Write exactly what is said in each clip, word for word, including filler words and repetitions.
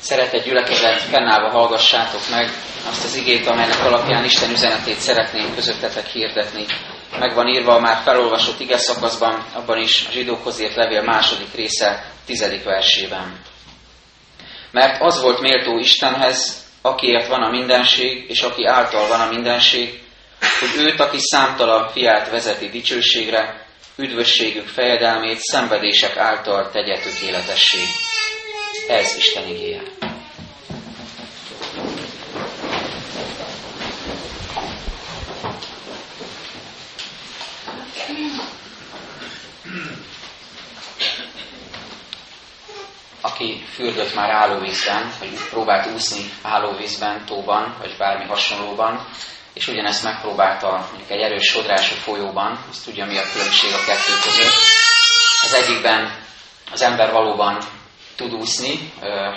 Szeretett gyülekezet, fennállva hallgassátok meg azt az igét, amelynek alapján Isten üzenetét szeretnénk közöttetek hirdetni. Meg van írva a már felolvasott ige szakaszban, abban is a zsidókhoz írt levél második része, tizedik versében. Mert az volt méltó Istenhez, akiért van a mindenség, és aki által van a mindenség, hogy őt, aki számtalan fiát vezeti dicsőségre, üdvösségük fejedelmét szenvedések által tegye tökéletessé. Ez Isten igéje. Aki fürdött már állóvízben, vagy próbált úszni állóvízben, tóban, vagy bármi hasonlóban, és ugyanezt megpróbálta mondjuk egy erős sodrású folyóban, azt tudja, mi a különbség a kettő között. Az egyikben az ember valóban tud úszni,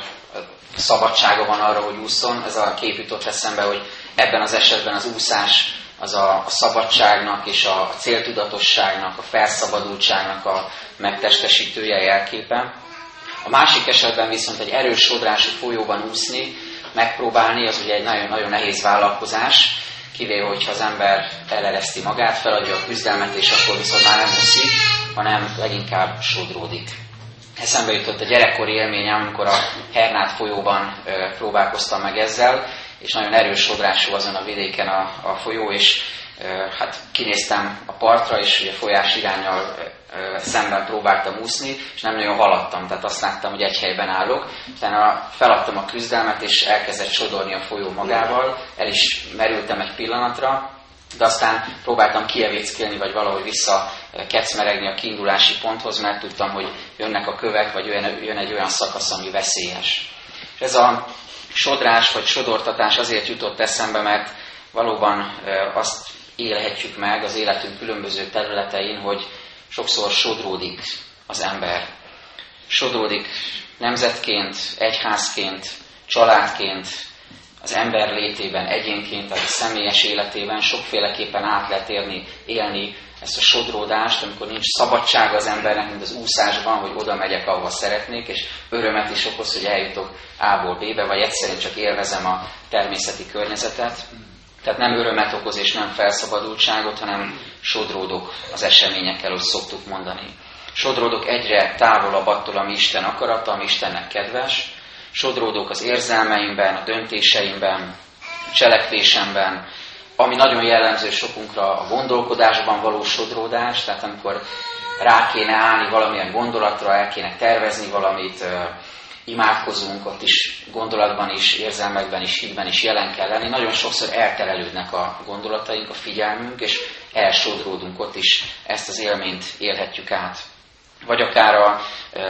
szabadsága van arra, hogy ússzon. Ez a kép jutott eszembe, hogy ebben az esetben az úszás az a szabadságnak és a céltudatosságnak, a felszabadultságnak a megtestesítője, jelképe. A másik esetben viszont egy erős sodrású folyóban úszni, megpróbálni, az ugye egy nagyon-nagyon nehéz vállalkozás, kivéve, hogyha az ember elereszti magát, feladja a küzdelmet, és akkor viszont már nem úszik, hanem leginkább sodródik. Eszembe jutott a gyerekkori élményem, amikor a Hernát folyóban ö, próbálkoztam meg ezzel, és nagyon erős sodrású azon a vidéken a, a folyó, és ö, hát kinéztem a partra, és ugye folyás iránnyal ö, szemben próbáltam úszni, és nem nagyon haladtam, tehát azt láttam, hogy egy helyben állok. Utána feladtam a küzdelmet, és elkezdett sodorni a folyó magával, el is merültem egy pillanatra, de aztán próbáltam kievéckélni, vagy valahogy vissza kecmeregni a kiindulási ponthoz, mert tudtam, hogy jönnek a kövek, vagy jön egy olyan szakasz, ami veszélyes. És ez a sodrás, vagy sodortatás azért jutott eszembe, mert valóban azt élhetjük meg az életünk különböző területein, hogy sokszor sodródik az ember. Sodródik nemzetként, egyházként, családként, az ember létében, egyénként, a személyes életében sokféleképpen át lehet érni, élni ezt a sodródást, amikor nincs szabadság az embernek, mint az úszásban, hogy oda megyek, ahova szeretnék, és örömet is okoz, hogy eljutok A-ból B-be, vagy egyszerűen csak élvezem a természeti környezetet. Tehát nem örömet okoz és nem felszabadultságot, hanem sodródok az eseményekkel, hogy szoktuk mondani. Sodródok egyre távolabb attól, ami Isten akarata, ami Istennek kedves. Sodródok az érzelmeimben, a döntéseimben, a cselekvésemben, ami nagyon jellemző sokunkra a gondolkodásban való sodródás, tehát amikor rá kéne állni valamilyen gondolatra, el kéne tervezni valamit, imádkozunk, ott is gondolatban is, érzelmekben is, hitben is jelen kell lenni. Nagyon sokszor elterelődnek a gondolataink, a figyelmünk, és elsodródunk, ott is ezt az élményt élhetjük át. Vagy akár a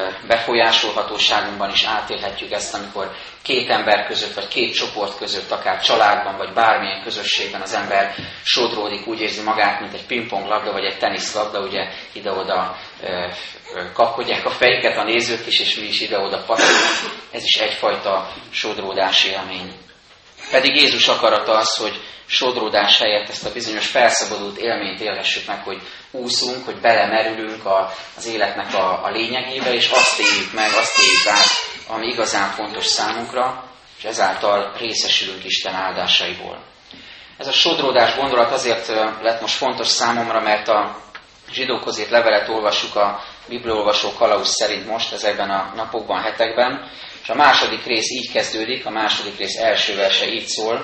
befolyásolhatóságunkban is átélhetjük ezt, amikor két ember között, vagy két csoport között, akár családban, vagy bármilyen közösségben az ember sodródik, úgy érzi magát, mint egy pingponglabda, vagy egy teniszlabda, ugye ide-oda kapkodják a fejüket a nézők is, és mi is ide-oda pattogunk. Ez is egyfajta sodródási élmény. Pedig Jézus akarata az, hogy sodródás helyett ezt a bizonyos felszabadult élményt élhessük meg, hogy úszunk, hogy belemerülünk a, az életnek a, a lényegébe, és azt éljük meg, azt éljük át, ami igazán fontos számunkra, és ezáltal részesülünk Isten áldásaiból. Ez a sodródás gondolat azért lett most fontos számomra, mert a zsidókhoz írt levelet olvassuk a bibliaolvasó kalauz szerint most ezekben a napokban, hetekben, és a második rész így kezdődik, a második rész első verse így szól.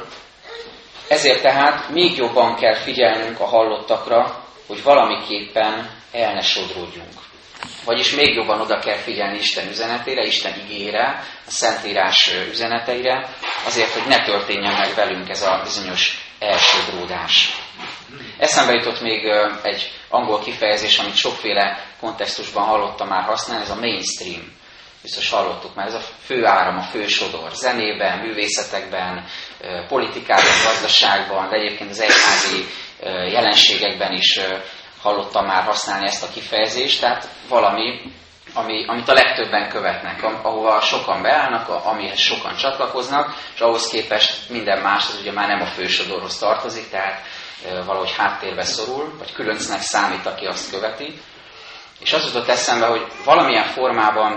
Ezért tehát még jobban kell figyelnünk a hallottakra, hogy valamiképpen el ne sodródjunk. Vagyis még jobban oda kell figyelni Isten üzenetére, Isten igéjére, a Szentírás üzeneteire, azért, hogy ne történjen meg velünk ez a bizonyos elsodródás. Eszembe jutott még egy angol kifejezés, amit sokféle kontextusban hallottam már használni, ez a mainstream. Biztos hallottuk már, ez a fő áram, a fő sodor. Zenében, művészetekben, politikában, gazdaságban, de egyébként az egyházi jelenségekben is hallottam már használni ezt a kifejezést. Tehát valami, ami, amit a legtöbben követnek, ahova sokan beállnak, amihez sokan csatlakoznak, és ahhoz képest minden más, az ugye már nem a fő sodorhoz tartozik, tehát valahogy háttérbe szorul, vagy különcnek számít, aki azt követi. És az jutott eszembe, hogy valamilyen formában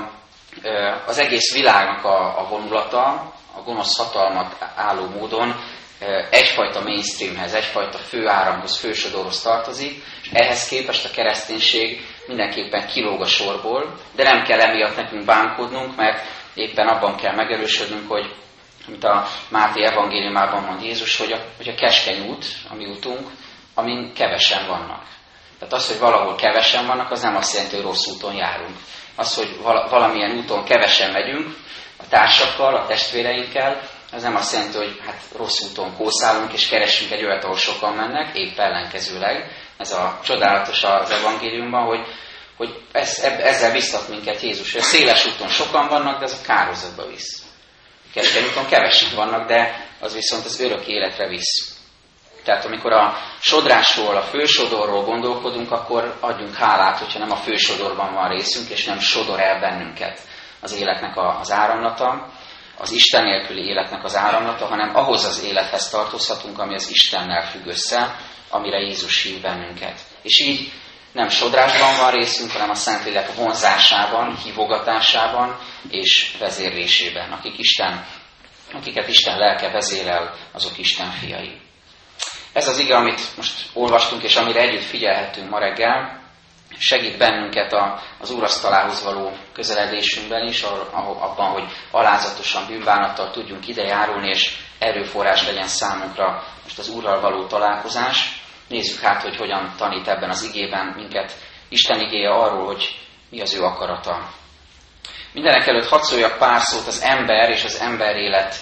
az egész világnak a, a vonulata, a gonosz hatalmat álló módon egyfajta mainstreamhez, egyfajta főáramhoz, fősodorhoz tartozik, és ehhez képest a kereszténység mindenképpen kilóg a sorból, de nem kell emiatt nekünk bánkodnunk, mert éppen abban kell megerősödnünk, hogy mint a Máté evangéliumában mond Jézus, hogy a, hogy a keskeny út, a mi útunk, amin kevesen vannak. Tehát az, hogy valahol kevesen vannak, az nem azt jelenti, hogy rossz úton járunk. Az, hogy valamilyen úton kevesen megyünk, a társakkal, a testvéreinkkel, az nem azt jelenti, hogy hát rossz úton kószálunk, és keresünk egy olyat, ahol sokan mennek, épp ellenkezőleg. Ez a csodálatos az evangéliumban, hogy, hogy ez, ezzel biztat minket Jézus, hogy a széles úton sokan vannak, de az a kárhozatba visz. A keskeny úton kevesen vannak, de az viszont az örök életre visz. Tehát amikor a sodrásról, a fősodorról gondolkodunk, akkor adjunk hálát, hogyha nem a fősodorban van részünk, és nem sodor el bennünket az életnek az áramlata, az Isten nélküli életnek az áramlata, hanem ahhoz az élethez tartozhatunk, ami az Istennel függ össze, amire Jézus hív bennünket. És így nem sodrásban van részünk, hanem a Szentlélek vonzásában, hívogatásában és vezérlésében. Akik Isten, akiket Isten lelke vezérel, azok Isten fiai. Ez az ige, amit most olvastunk, és amire együtt figyelhetünk ma reggel, segít bennünket az úrasztalához való közeledésünkben is, abban, hogy alázatosan, bűnbánattal tudjunk ide járulni, és erőforrás legyen számunkra most az Úrral való találkozás. Nézzük hát, hogy hogyan tanít ebben az igében minket Isten igéje arról, hogy mi az ő akarata. Mindenek előtt hadd szóljak pár szót az ember és az emberélet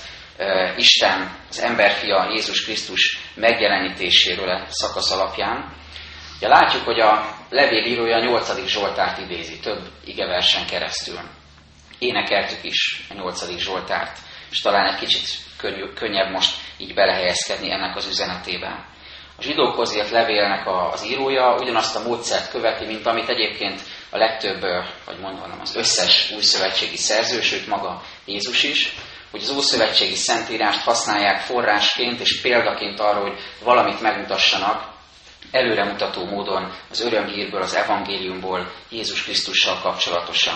Isten, az emberfia Jézus Krisztus megjelenítéséről a szakasz alapján. Ugye látjuk, hogy a levélírója a nyolcadik Zsoltárt idézi, több igeversen keresztül. Énekeltük is a nyolcadik Zsoltárt, és talán egy kicsit könnyebb most így belehelyezkedni ennek az üzenetében. A zsidókhoz írt levélnek az írója ugyanazt a módszert követi, mint amit egyébként a legtöbb, vagy mondhatom, az összes újszövetségi szerző, sőt maga Jézus is, hogy az ószövetségi szentírást használják forrásként és példaként arra, hogy valamit megmutassanak előremutató módon az örömhírből, az evangéliumból Jézus Krisztussal kapcsolatosan.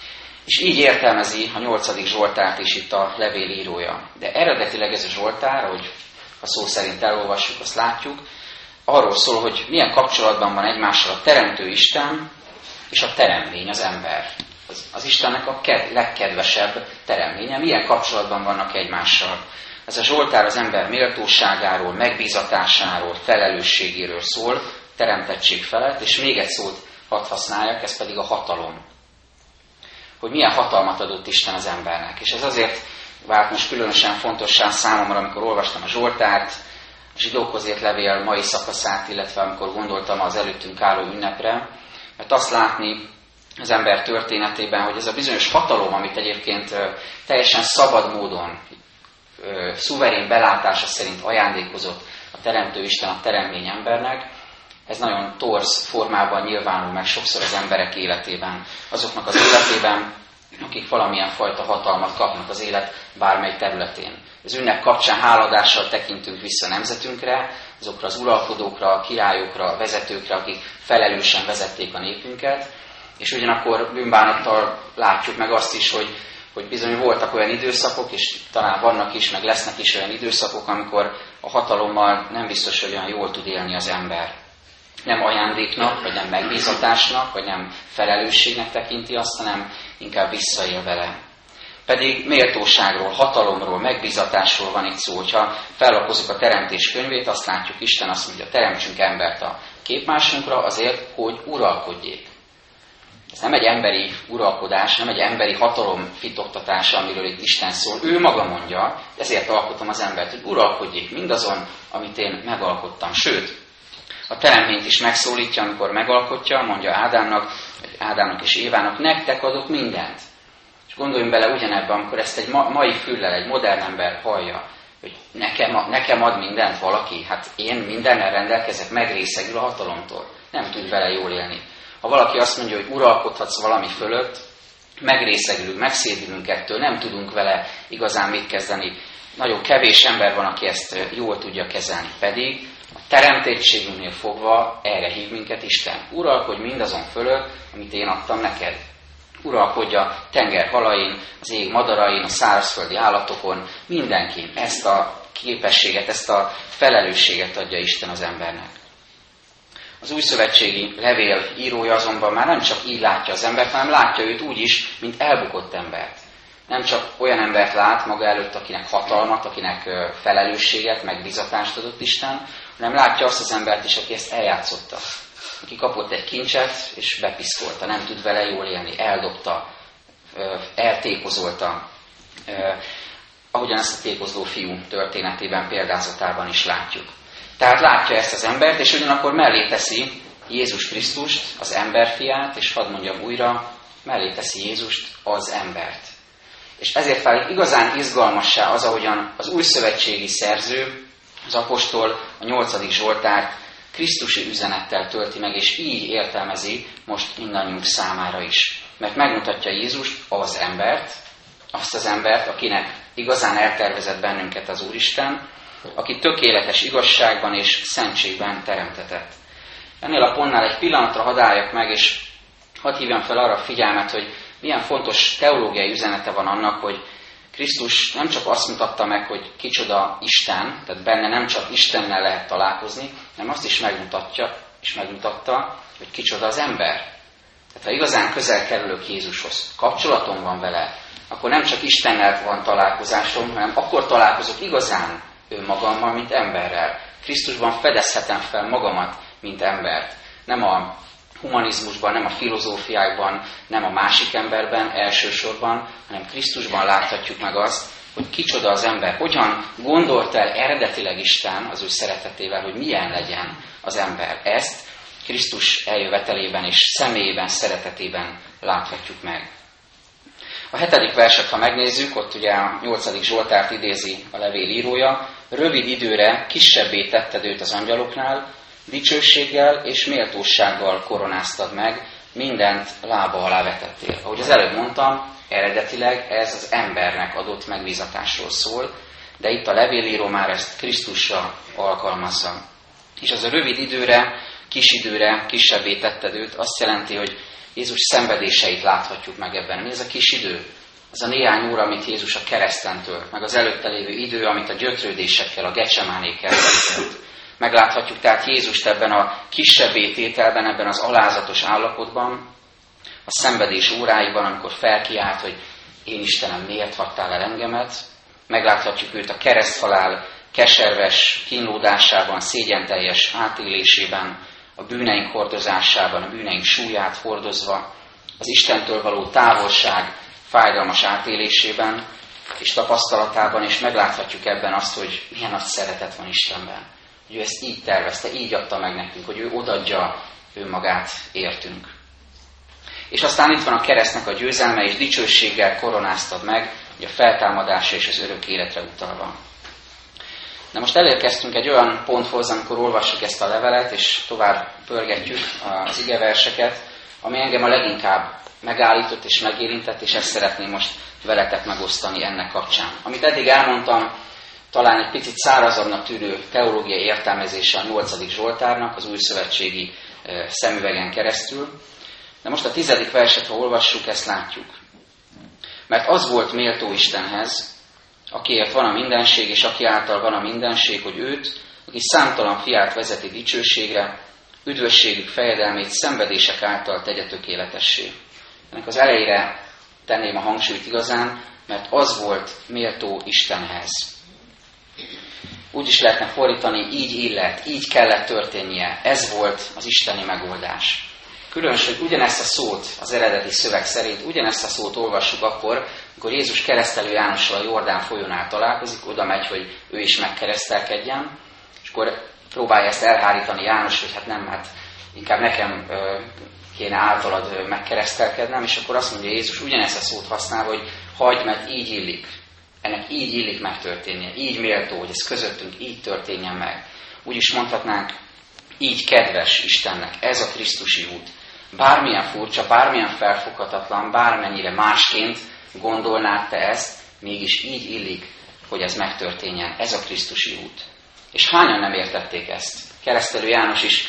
És így értelmezi a nyolcadik Zsoltárt is itt a levélírója. De eredetileg ez a Zsoltár, hogy ha szó szerint elolvassuk, azt látjuk, arról szól, hogy milyen kapcsolatban van egymással a teremtő Isten és a teremlény, az ember. Az, az Istennek a ked, legkedvesebb teremlénye. Milyen kapcsolatban vannak egymással? Ez a Zsoltár az ember méltóságáról, megbízatásáról, felelősségéről szól, teremtettség felett, és még egy szót hadd használjak, ez pedig a hatalom. Hogy milyen hatalmat adott Isten az embernek. És ez azért vált most különösen fontossá számomra, amikor olvastam a Zsoltárt, a zsidókhoz írt levél mai szakaszát, illetve amikor gondoltam az előttünk álló ünnepre, mert azt látni az ember történetében, hogy ez a bizonyos hatalom, amit egyébként teljesen szabad módon, szuverén belátása szerint ajándékozott a Teremtő Isten a teremlény embernek, ez nagyon torz formában nyilvánul meg sokszor az emberek életében, azoknak az életében, akik valamilyen fajta hatalmat kapnak az élet bármely területén. Az ünnep kapcsán háladással tekintünk vissza nemzetünkre, azokra az uralkodókra, királyokra, vezetőkre, akik felelősen vezették a népünket, és ugyanakkor bűnbánattal látjuk meg azt is, hogy, hogy bizony voltak olyan időszakok, és talán vannak is, meg lesznek is olyan időszakok, amikor a hatalommal nem biztos, hogy olyan jól tud élni az ember. Nem ajándéknak, vagy nem megbízatásnak, vagy nem felelősségnek tekinti azt, hanem inkább visszaél vele. Pedig méltóságról, hatalomról, megbízatásról van itt szó. Hogyha fellapozzuk a teremtés könyvét, azt látjuk, Isten azt mondja, teremtsünk embert a képmásunkra azért, hogy uralkodjék. Ez nem egy emberi uralkodás, nem egy emberi hatalom fitoktatása, amiről itt Isten szól. Ő maga mondja, ezért alkotom az embert, hogy uralkodjék mindazon, amit én megalkottam. Sőt, a teremtményt is megszólítja, amikor megalkotja, mondja Ádámnak, vagy Ádámnak és Évának, nektek adok mindent. És gondoljunk bele ugyanebben, amikor ezt egy ma, mai füllel, egy modern ember hallja, hogy nekem, nekem ad mindent valaki, hát én mindennel rendelkezek, megrészegül a hatalomtól. Nem tud vele jól élni. Ha valaki azt mondja, hogy uralkodhatsz valami fölött, megrészegülünk, megszédülünk ettől, nem tudunk vele igazán mit kezdeni. Nagyon kevés ember van, aki ezt jól tudja kezelni. Pedig a teremtettségünknél fogva erre hív minket Isten. Uralkodj mindazon fölött, amit én adtam neked. uralkodj a tenger halain, az ég madarain, a szárazföldi állatokon, mindenkin. Ezt a képességet, ezt a felelősséget adja Isten az embernek. Az újszövetségi levél írója azonban már nem csak így látja az embert, hanem látja őt úgy is, mint elbukott embert. Nem csak olyan embert lát maga előtt, akinek hatalmat, akinek felelősséget, megbizatást adott Isten, hanem látja azt az embert is, aki ezt eljátszotta. Aki kapott egy kincset, és bepiszkolta, nem tud vele jól élni, eldobta, eltékozolta. Ahogyan ezt a tékozló fiú történetében, példázatában is látjuk. Tehát látja ezt az embert, és ugyanakkor mellé teszi Jézus Krisztust, az emberfiát, és hadd mondjam újra, mellé teszi Jézust, az embert. És ezért válik igazán izgalmassá az, ahogyan az újszövetségi szerző, az apostol, a nyolcadik Zsoltárt krisztusi üzenettel tölti meg, és így értelmezi most mindannyiunk számára is. Mert megmutatja Jézust, az embert, azt az embert, akinek igazán eltervezett bennünket az Úristen, aki tökéletes igazságban és szentségben teremtetett. Ennél a pontnál egy pillanatra hadd álljak meg, és hadd hívjam fel arra a figyelmet, hogy milyen fontos teológiai üzenete van annak, hogy Krisztus nem csak azt mutatta meg, hogy kicsoda Isten, tehát benne nem csak Istennel lehet találkozni, hanem azt is megmutatja, és megmutatta, hogy kicsoda az ember. Tehát ha igazán közel kerülök Jézushoz, kapcsolatom van vele, akkor nem csak Istennel van találkozásom, hanem akkor találkozok igazán önmagammal, mint emberrel. Krisztusban fedezhetem fel magamat, mint embert. Nem a humanizmusban, nem a filozófiákban, nem a másik emberben elsősorban, hanem Krisztusban láthatjuk meg azt, hogy kicsoda az ember. Hogyan gondolt el eredetileg Isten az ő szeretetével, hogy milyen legyen az ember. Ezt Krisztus eljövetelében és személyében, szeretetében láthatjuk meg. A hetedik verset, ha megnézzük, ott ugye a nyolcadik Zsoltárt idézi a levél írója, rövid időre kisebbé tetted őt az angyaloknál, dicsőséggel és méltósággal koronáztad meg, mindent lába alá vetettél. Ahogy az előbb mondtam, eredetileg ez az embernek adott megbízatásról szól, de itt a levélíró már ezt Krisztusra alkalmazza. És az a rövid időre, kis időre kisebbé tetted őt, azt jelenti, hogy Jézus szenvedéseit láthatjuk meg ebben. Mi ez a kis idő? Az a néhány óra, amit Jézus a kereszten tölt, meg az előtte lévő idő, amit a gyötrődésekkel, a Gecsemánékkel töltött. Megláthatjuk tehát Jézust ebben a kisebbé tételben, ebben az alázatos állapotban, a szenvedés óráiban, amikor felkiált, hogy én Istenem, miért hagytál el engemet. Megláthatjuk őt a kereszthalál keserves kínlódásában, szégyenteljes átélésében, a bűneink hordozásában, a bűneink súlyát hordozva, az Istentől való távolság fájdalmas átélésében és tapasztalatában, és megláthatjuk ebben azt, hogy milyen nagy szeretet van Istenben. Hogy ő ezt így tervezte, így adta meg nekünk, hogy ő odadja önmagát értünk. És aztán itt van a keresztnek a győzelme, és dicsőséggel koronáztad meg, hogy a feltámadásra és az örök életre utalva. De most elérkeztünk egy olyan ponthoz, amikor olvassuk ezt a levelet, és tovább pörgetjük az igeverseket, ami engem a leginkább megállított és megérintett, és ezt szeretném most veletek megosztani ennek kapcsán. Amit eddig elmondtam, talán egy picit szárazabbnak tűrő teológiai értelmezése a nyolcadik Zsoltárnak, az újszövetségi szemüvegen keresztül. De most a tizedik verset, ha olvassuk, ezt látjuk. Mert az volt méltó Istenhez, akiért van a mindenség, és aki által van a mindenség, hogy őt, aki számtalan fiát vezeti dicsőségre, üdvösségük fejedelmét szenvedések által tegye tökéletessé. Ennek az elejére tenném a hangsúlyt igazán, mert az volt méltó Istenhez. Úgy is lehetne fordítani, így illet, így kellett történnie. Ez volt az isteni megoldás. Különös, hogy ugyanezt a szót az eredeti szöveg szerint, ugyanezt a szót olvassuk akkor, amikor Jézus keresztelő Jánossal a Jordán folyónál találkozik, oda megy, hogy ő is megkeresztelkedjen, és akkor próbálja ezt elhárítani János, hogy hát nem, hát inkább nekem kéne általad megkeresztelkednem, és akkor azt mondja Jézus, ugyanezt a szót használ, hogy hagyd, mert így illik. Ennek így illik megtörténnie, így méltó, hogy ez közöttünk így történjen meg. Úgy is mondhatnánk, így kedves Istennek, ez a Krisztusi út. Bármilyen furcsa, bármilyen felfoghatatlan, bármennyire másként gondolnád te ezt, mégis így illik, hogy ez megtörténjen. Ez a Krisztusi út. És hányan nem értették ezt? Keresztelő János is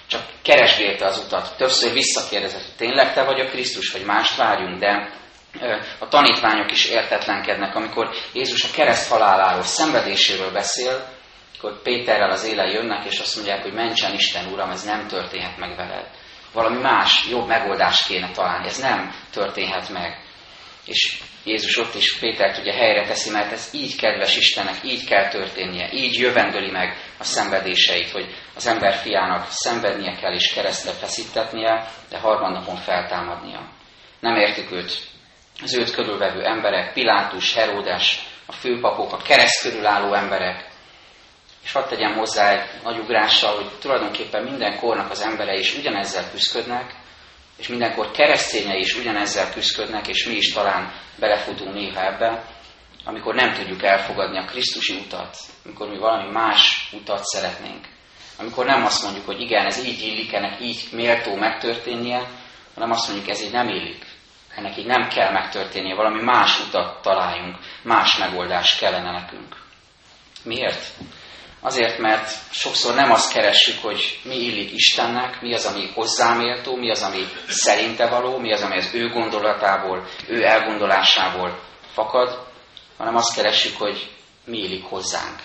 csak keresgélte az utat. Többször visszakérdezett, hogy tényleg te vagy a Krisztus, vagy mást várjunk, de a tanítványok is értetlenkednek, amikor Jézus a kereszt haláláról, szenvedéséről beszél, akkor Péterrel az élen jönnek, és azt mondják, hogy mentsen Isten, Uram, ez nem történhet meg veled. Valami más, jobb megoldást kéne találni, ez nem történhet meg. És Jézus ott is Pétert ugye helyre teszi, mert ez így kedves Istennek, így kell történnie, így jövendöli meg a szenvedéseit, hogy az ember fiának szenvednie kell és keresztre feszítetnie, de harmadnapon feltámadnia. Nem értik őt az őt körülvevő emberek, Pilátus, Heródes, a főpapok, a kereszt körül álló emberek. És hadd tegyem hozzá egy nagy ugrással, hogy tulajdonképpen minden kornak az emberei is ugyanezzel küszködnek, és mindenkor keresztényei is ugyanezzel küszködnek, és mi is talán belefutunk néha ebbe, amikor nem tudjuk elfogadni a krisztusi utat, amikor mi valami más utat szeretnénk. Amikor nem azt mondjuk, hogy igen, ez így illik, ennek így méltó megtörténnie, hanem azt mondjuk, ez így nem illik. Ennek így nem kell megtörténnie, valami más utat találjunk, más megoldást kellene nekünk. Miért? Azért, mert sokszor nem azt keressük, hogy mi illik Istennek, mi az, ami hozzáméltó, mi az, ami szerinte való, mi az, ami az ő gondolatából, ő elgondolásából fakad, hanem azt keressük, hogy mi illik hozzánk.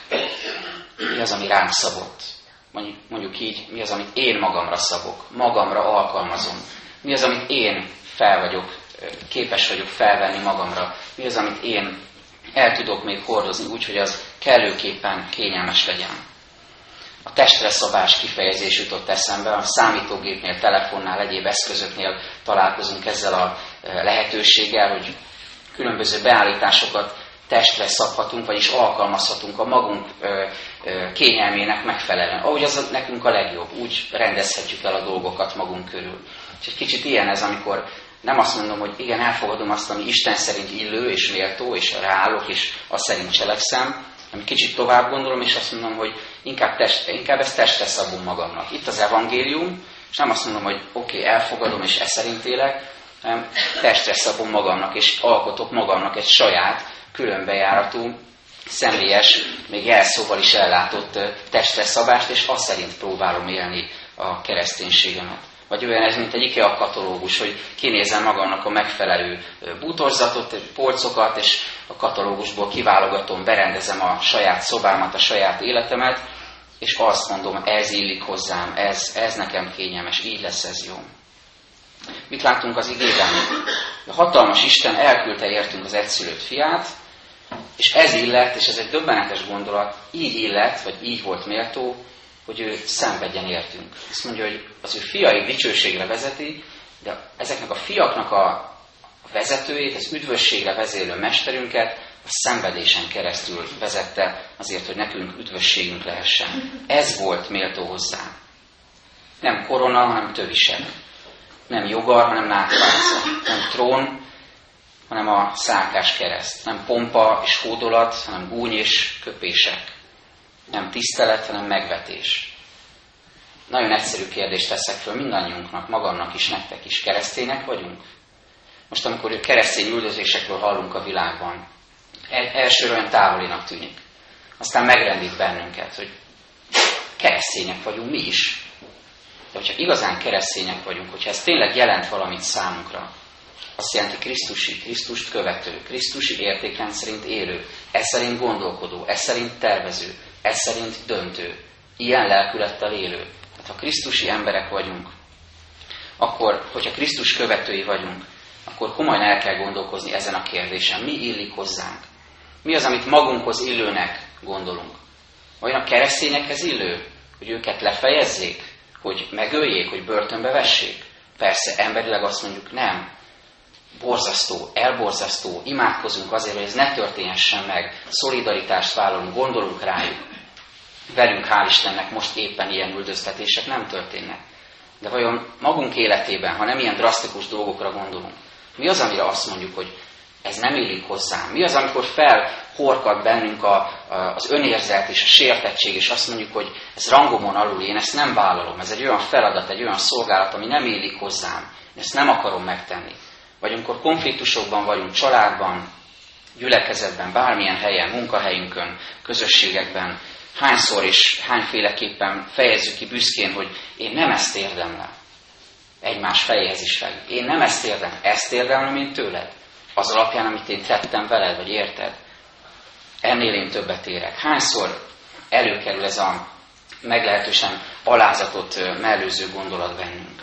Mi az, ami ránk szabott. Mondjuk így, mi az, amit én magamra szabok, magamra alkalmazom. Mi az, amit én fel vagyok, képes vagyok felvenni magamra. Mi az, amit én el tudok még hordozni úgy, hogy az kellőképpen kényelmes legyen. A testre szabás kifejezés jutott eszembe, a számítógépnél, telefonnál, egyéb eszközöknél találkozunk ezzel a lehetőséggel, hogy különböző beállításokat testre szabhatunk, vagyis alkalmazhatunk a magunk ö, ö, kényelmének megfelelően. Ahogy az nekünk a legjobb, úgy rendezhetjük el a dolgokat magunk körül. És egy kicsit ilyen ez, amikor nem azt mondom, hogy igen, elfogadom azt, ami Isten szerint illő és méltó, és ráállok, és azt szerint cselekszem, hanem kicsit tovább gondolom, és azt mondom, hogy inkább, test, inkább ezt testre szabom magamnak. Itt az evangélium, és nem azt mondom, hogy oké, okay, elfogadom, és e szerint élek, hanem testre szabom magamnak, és alkotok magamnak egy saját, különbejáratú, személyes, még jelszóval is ellátott testre szabást, és azt szerint próbálom élni a kereszténységemet. Vagy olyan ez, mint egy IKEA katalógus, hogy kinézem magamnak a megfelelő bútorzatot, polcokat, és a katalógusból kiválogatom, berendezem a saját szobámat, a saját életemet, és azt mondom, ez illik hozzám, ez, ez nekem kényelmes, így lesz ez jó. Mit látunk az igében? A hatalmas Isten elküldte értünk az egyszülött fiát, és ez illet, és ez egy döbbenetes gondolat, így illet, vagy így volt méltó, hogy ő szenvedjen értünk. Azt mondja, hogy az ő fiai dicsőségre vezeti, de ezeknek a fiaknak a vezetőjét, az üdvösségre vezérlő mesterünket a szenvedésen keresztül vezette azért, hogy nekünk üdvösségünk lehessen. Ez volt méltó hozzá. Nem korona, hanem tövisek. Nem jogar, hanem nákpálca. Nem trón, hanem a szálkás kereszt. Nem pompa és hódolat, hanem gúny és köpések. Nem tisztelet, hanem megvetés. Nagyon egyszerű kérdést teszek föl mindannyiunknak, magamnak is, nektek is. Keresztények vagyunk? Most, amikor keresztény üldözésekről hallunk a világban, elsőre olyan távolinak tűnik. Aztán megrendít bennünket, hogy keresztények vagyunk mi is. De hogyha igazán keresztények vagyunk, hogyha ez tényleg jelent valamit számunkra, azt jelenti Krisztusi, Krisztust követő, Krisztusi értékrend szerint élő, ez szerint gondolkodó, ez szerint tervező, ez szerint döntő, ilyen lelkülettel élő. Hát ha Krisztusi emberek vagyunk, akkor, hogyha Krisztus követői vagyunk, akkor komolyan el kell gondolkozni ezen a kérdésen. Mi illik hozzánk? Mi az, amit magunkhoz illőnek gondolunk? Vajon a keresztényekhez illő, hogy őket lefejezzék, hogy megöljék, hogy börtönbe vessék? Persze, emberileg azt mondjuk nem. Borzasztó, elborzasztó, imádkozunk azért, hogy ez ne történhessen meg, szolidaritást vállalunk, gondolunk rájuk. Velünk, hál' Istennek, most éppen ilyen üldöztetések nem történnek. De vajon magunk életében, ha nem ilyen drasztikus dolgokra gondolunk, mi az, amire azt mondjuk, hogy ez nem illik hozzám? Mi az, amikor felhorkad bennünk a, a, az önérzet és a sértettség, és azt mondjuk, hogy ez rangomon alul, én ezt nem vállalom, ez egy olyan feladat, egy olyan szolgálat, ami nem illik hozzám, én ezt nem akarom megtenni. Vagy amikor konfliktusokban vagyunk, családban, gyülekezetben, bármilyen helyen, munkahelyünkön, közösségekben, Hányszor és hányféleképpen fejezzük ki büszkén, hogy én nem ezt érdemlem. Egymás fejéhez is fel. Én nem ezt érdemlem, ezt érdemlem én tőled. Az alapján, amit én tettem veled, vagy érted. Ennél én többet érek. Hányszor előkerül ez a meglehetősen alázatot mellőző gondolat bennünk.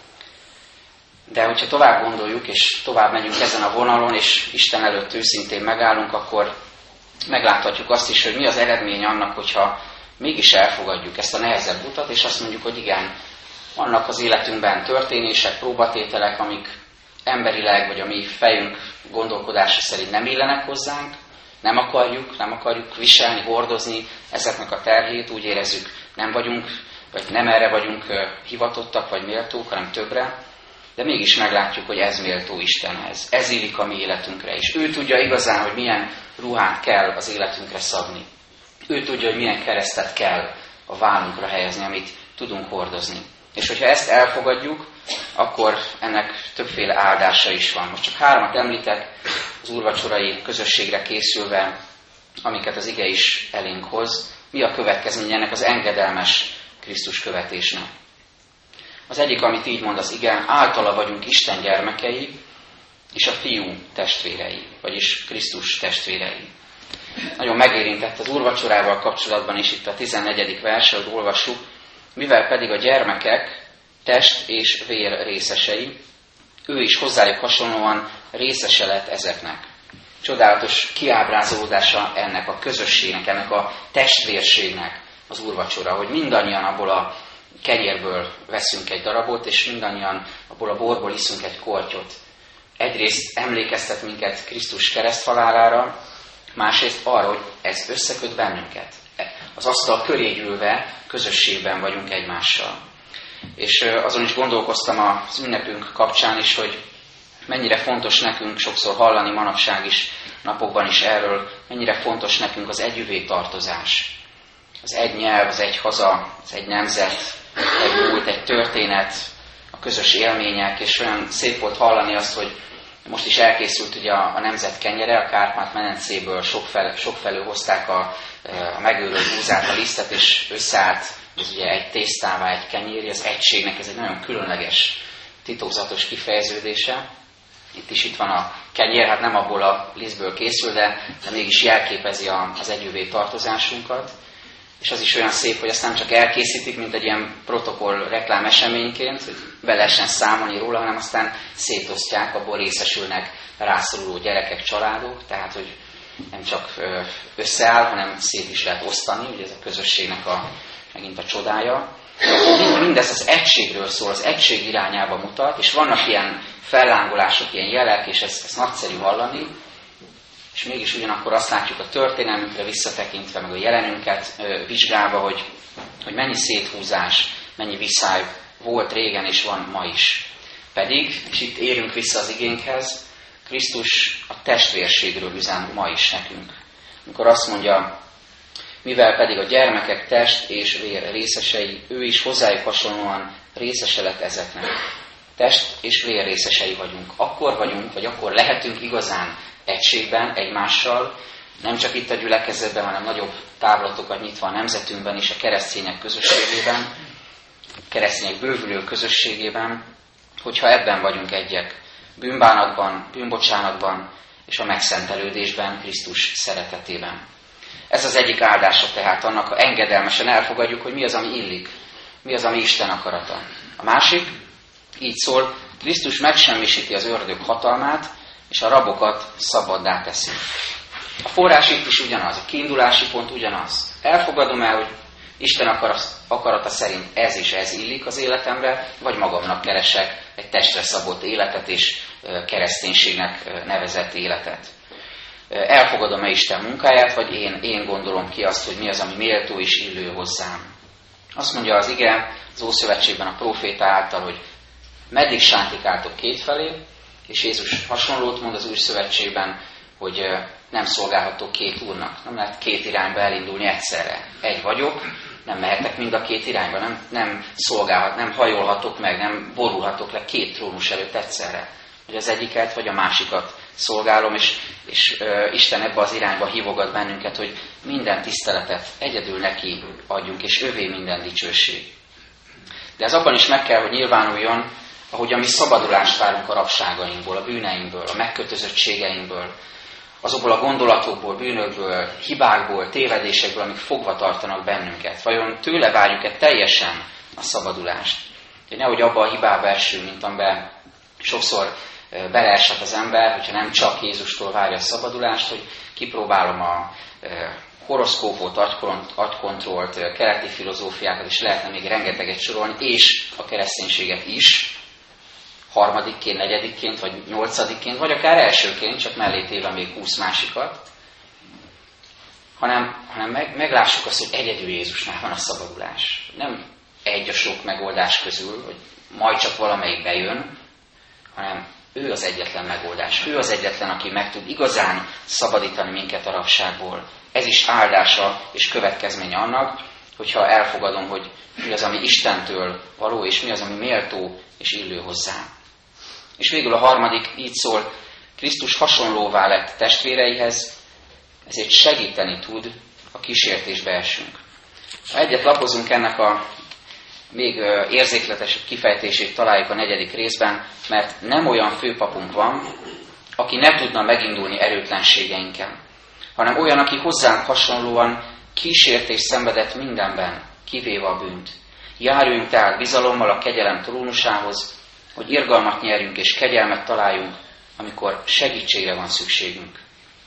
De hogyha tovább gondoljuk, és tovább megyünk ezen a vonalon, és Isten előtt őszintén megállunk, akkor megláthatjuk azt is, hogy mi az eredmény annak, hogyha mégis elfogadjuk ezt a nehezebb utat, és azt mondjuk, hogy igen, vannak az életünkben történések, próbatételek, amik emberileg, vagy a mi fejünk gondolkodása szerint nem illenek hozzánk, nem akarjuk, nem akarjuk viselni, hordozni ezeknek a terhét, úgy érezzük, nem vagyunk, vagy nem erre vagyunk hivatottak, vagy méltók, hanem többre, de mégis meglátjuk, hogy ez méltó Istenhez. Ez illik a mi életünkre is. Ő tudja igazán, hogy milyen ruhát kell az életünkre szabni. Ő tudja, hogy milyen keresztet kell a vállunkra helyezni, amit tudunk hordozni. És hogyha ezt elfogadjuk, akkor ennek többféle áldása is van. Most csak háromat említek az úrvacsorai közösségre készülve, amiket az ige is elénk hoz. Mi a következménye ennek az engedelmes Krisztus követésnek? Az egyik, amit így mond az ige, általa vagyunk Isten gyermekei, és a fiú testvérei, vagyis Krisztus testvérei. Nagyon megérintett az úrvacsorával kapcsolatban is itt a tizennegyedik verse, hogy olvassuk, mivel pedig a gyermekek test és vér részesei, ő is hozzájuk hasonlóan részese lett ezeknek. Csodálatos kiábrázolódása ennek a közösségnek, ennek a testvérségnek az úrvacsora, hogy mindannyian abból a kenyérből veszünk egy darabot, és mindannyian abból a borból iszunk egy kortyot. Egyrészt emlékeztet minket Krisztus kereszthalálára, másrészt arra, hogy ez összeköt bennünket. Az asztal köré gyűlve közösségben vagyunk egymással. És azon is gondolkoztam az ünnepünk kapcsán is, hogy mennyire fontos nekünk sokszor hallani manapság is, napokban is erről, mennyire fontos nekünk az együvé tartozás. Az egy nyelv, az egy haza, az egy nemzet, egy múlt, egy történet, a közös élmények, és olyan szép volt hallani azt, hogy most is elkészült ugye a, a nemzet kenyere, a Kárpát-medencéből sokfelől sokfelől hozták a, a megőrült búzát, a lisztet, és összeállt ez ugye egy tésztává, egy kenyéri, az egységnek ez egy nagyon különleges, titokzatos kifejeződése. Itt is itt van a kenyér, hát nem abból a lisztből készül, de, de mégis jelképezi a, az együvé tartozásunkat. És az is olyan szép, hogy ezt nem csak elkészítik, mint egy ilyen protokoll reklám eseményként, hogy be lehessen számolni róla, hanem aztán szétosztják, abból részesülnek rászoruló gyerekek, családok, tehát hogy nem csak összeáll, hanem szét is lehet osztani, ugye ez a közösségnek a, megint a csodája. Mindez az egységről szól, az egység irányába mutat, és vannak ilyen fellángolások, ilyen jelek, és ezt, ezt nagyszerű hallani, és mégis ugyanakkor azt látjuk a történelmünkre visszatekintve, meg a jelenünket ö, vizsgálva, hogy, hogy mennyi széthúzás, mennyi viszály volt régen és van ma is. Pedig, és itt érünk vissza az igénkhez, Krisztus a testvérségről üzen ma is nekünk. Amikor azt mondja, mivel pedig a gyermekek test és vér részesei, ő is hozzájuk hasonlóan részese lett ezeknek. Test és vér részesei vagyunk. Akkor vagyunk, vagy akkor lehetünk igazán egységben, egymással, nem csak itt a gyülekezetben, hanem nagyobb távlatokat nyitva a nemzetünkben is, a keresztények közösségében, a keresztények bővülő közösségében, hogyha ebben vagyunk egyek, bűnbánatban, bűnbocsánatban és a megszentelődésben, Krisztus szeretetében. Ez az egyik áldása tehát annak, ha engedelmesen elfogadjuk, hogy mi az, ami illik, mi az, ami Isten akarata. A másik, így szól, Krisztus megsemmisíti az ördög hatalmát, és a rabokat szabaddá teszi. A forrás itt is ugyanaz, a kiindulási pont ugyanaz. Elfogadom el, hogy Isten akarata szerint ez és ez illik az életemre, vagy magamnak keresek egy testre szabott életet és kereszténységnek nevezett életet. Elfogadom-e Isten munkáját, vagy én, én gondolom ki azt, hogy mi az, ami méltó és illő hozzám. Azt mondja az ige, az Ószövetségben a próféta által, hogy meddig sántikáltok kétfelé, és Jézus hasonlót mond az Új Szövetségben, hogy nem szolgálhatok két úrnak. Nem lehet két irányba elindulni egyszerre. Egy vagyok, nem mehetek mind a két irányba, nem, nem szolgálhat, nem hajolhatok meg, nem borulhatok le két trónus előtt egyszerre. Hogy az egyiket vagy a másikat szolgálom, és, és uh, Isten ebbe az irányba hívogat bennünket, hogy minden tiszteletet egyedül neki adjunk, és övé minden dicsőség. De ez abban is meg kell, hogy nyilvánuljon, ahogy a mi szabadulást várunk a rabságainkból, a bűneinkből, a megkötözöttségeinkből, azokból a gondolatokból, bűnökből, hibákból, tévedésekből, amik fogva tartanak bennünket. Vajon tőle várjuk-e teljesen a szabadulást? Hogy nehogy abba a hibába esünk, mint amiben sokszor beleesett az ember, hogyha nem csak Jézustól várja a szabadulást, hogy kipróbálom a horoszkópot, agykontrollt, keleti filozófiákat, és lehetne még rengeteget sorolni, és a kereszténységet is, harmadikként, negyedikként, vagy nyolcadikként, vagy akár elsőként, csak mellé téve még húsz másikat, hanem, hanem meg, meglássuk azt, hogy egyedül Jézusnál van a szabadulás. Nem egy a sok megoldás közül, hogy majd csak valamelyik bejön, hanem ő az egyetlen megoldás. Ő az egyetlen, aki meg tud igazán szabadítani minket a rabságból. Ez is áldása és következménye annak, hogyha elfogadom, hogy mi az, ami Istentől való, és mi az, ami méltó és illő hozzá. És végül a harmadik így szól, Krisztus hasonlóvá lett testvéreihez, ezért segíteni tud, ha kísértésbe esünk. Ha egyet lapozunk, ennek a még érzékletesebb kifejtését találjuk a negyedik részben, mert nem olyan főpapunk van, aki ne tudna megindulni erőtlenségeinken, hanem olyan, aki hozzánk hasonlóan kísértést szenvedett mindenben, kivéve a bűnt. Járjunk tehát bizalommal a kegyelem trónusához, hogy irgalmat nyerjünk és kegyelmet találjunk, amikor segítségre van szükségünk.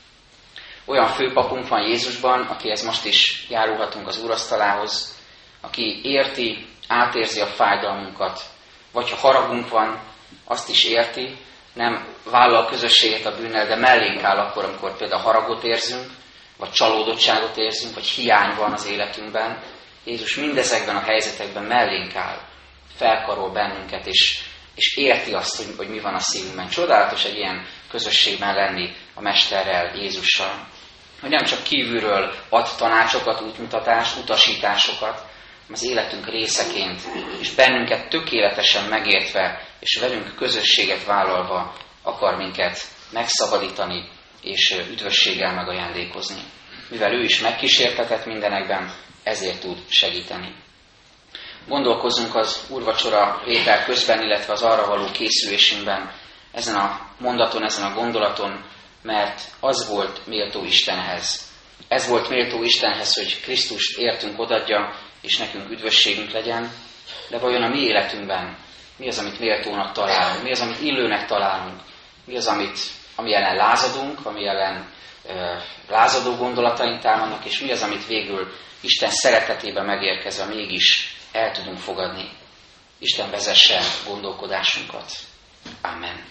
Olyan főpapunk van Jézusban, akihez most is járulhatunk az úrasztalához, aki érti, átérzi a fájdalmunkat, vagy ha haragunk van, azt is érti, nem vállal közösséget a bűnnel, de mellénk áll akkor, amikor például haragot érzünk, vagy csalódottságot érzünk, vagy hiány van az életünkben. Jézus mindezekben a helyzetekben mellénk áll, felkarol bennünket, és, és érti azt, hogy, hogy mi van a szívünkben. Csodálatos egy ilyen közösségben lenni a Mesterrel, Jézussal. Hogy nem csak kívülről ad tanácsokat, útmutatást, utasításokat, az életünk részeként, és bennünket tökéletesen megértve, és velünk közösséget vállalva akar minket megszabadítani, és üdvösséggel megajándékozni. Mivel ő is megkísértetett mindenekben, ezért tud segíteni. Gondolkozzunk az úrvacsora vétel közben, illetve az arra való készülésünkben ezen a mondaton, ezen a gondolaton, mert az volt méltó Istenhez. Ez volt méltó Istenhez, hogy Krisztust értünk odadja, és nekünk üdvösségünk legyen, de vajon a mi életünkben mi az, amit méltónak találunk, mi az, amit illőnek találunk, mi az, amit, ami ellen lázadunk, ami ellen e, lázadó gondolataink támadnak, és mi az, amit végül Isten szeretetében megérkezve mégis el tudunk fogadni. Isten vezesse gondolkodásunkat. Amen.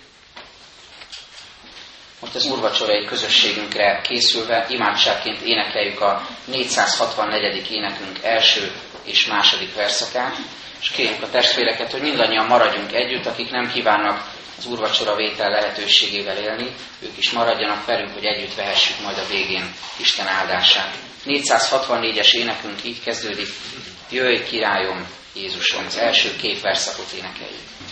Most az úrvacsorai közösségünkre készülve imádságként énekeljük a négyszázhatvannegyedik énekünk első és második verszakát, és kérjük a testvéreket, hogy mindannyian maradjunk együtt, akik nem kívánnak az úrvacsora vétel lehetőségével élni, ők is maradjanak velünk, hogy együtt vehessük majd a végén Isten áldását. négyszázhatvannégyes énekünk így kezdődik, jöjj királyom, Jézusom, az első két verszakot énekeljük.